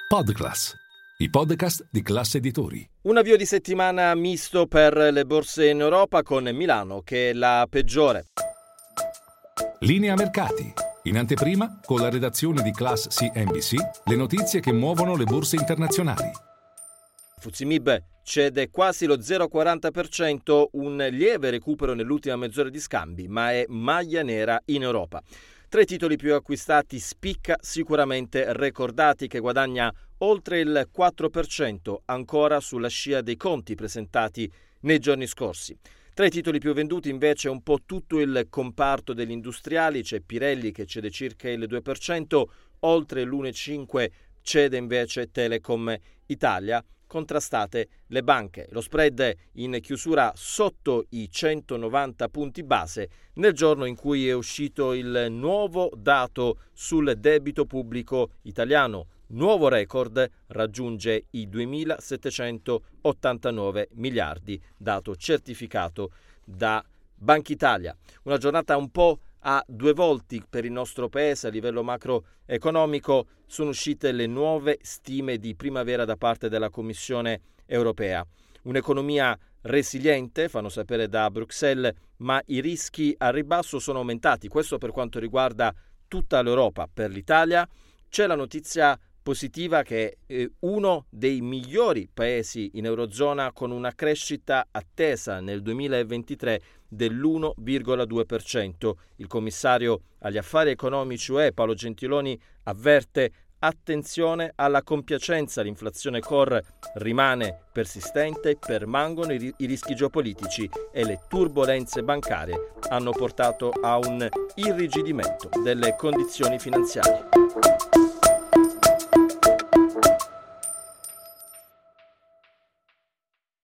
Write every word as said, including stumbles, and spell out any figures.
Podclass, i podcast di Class Editori. Un avvio di settimana misto per le borse in Europa, con Milano che è la peggiore. Linea mercati. In anteprima, con la redazione di Class C N B C, le notizie che muovono le borse internazionali. F T S E M I B cede quasi lo zero virgola quaranta per cento, un lieve recupero nell'ultima mezz'ora di scambi, ma è maglia nera in Europa. Tra i titoli più acquistati spicca sicuramente Recordati, che guadagna oltre il quattro per cento, ancora sulla scia dei conti presentati nei giorni scorsi. Tra i titoli più venduti invece un po' tutto il comparto degli industriali, c'è Pirelli che cede circa il due per cento, oltre l'uno virgola cinque per cento cede invece Telecom Italia. Contrastate le banche. Lo spread in chiusura sotto i centonovanta punti base nel giorno in cui è uscito il nuovo dato sul debito pubblico italiano. Nuovo record, raggiunge i duemilasettecentottantanove miliardi, dato certificato da Banca Italia. Una giornata un po' a due volti per il nostro paese. A livello macroeconomico sono uscite le nuove stime di primavera da parte della Commissione europea. Un'economia resiliente, fanno sapere da Bruxelles, ma i rischi a ribasso sono aumentati. Questo per quanto riguarda tutta l'Europa. Per l'Italia c'è la notizia positiva che è uno dei migliori paesi in Eurozona, con una crescita attesa nel duemilaventitré dell'uno virgola due per cento. Il commissario agli affari economici U E Paolo Gentiloni avverte: attenzione alla compiacenza, l'inflazione core rimane persistente, permangono i, i rischi geopolitici e le turbolenze bancarie hanno portato a un irrigidimento delle condizioni finanziarie.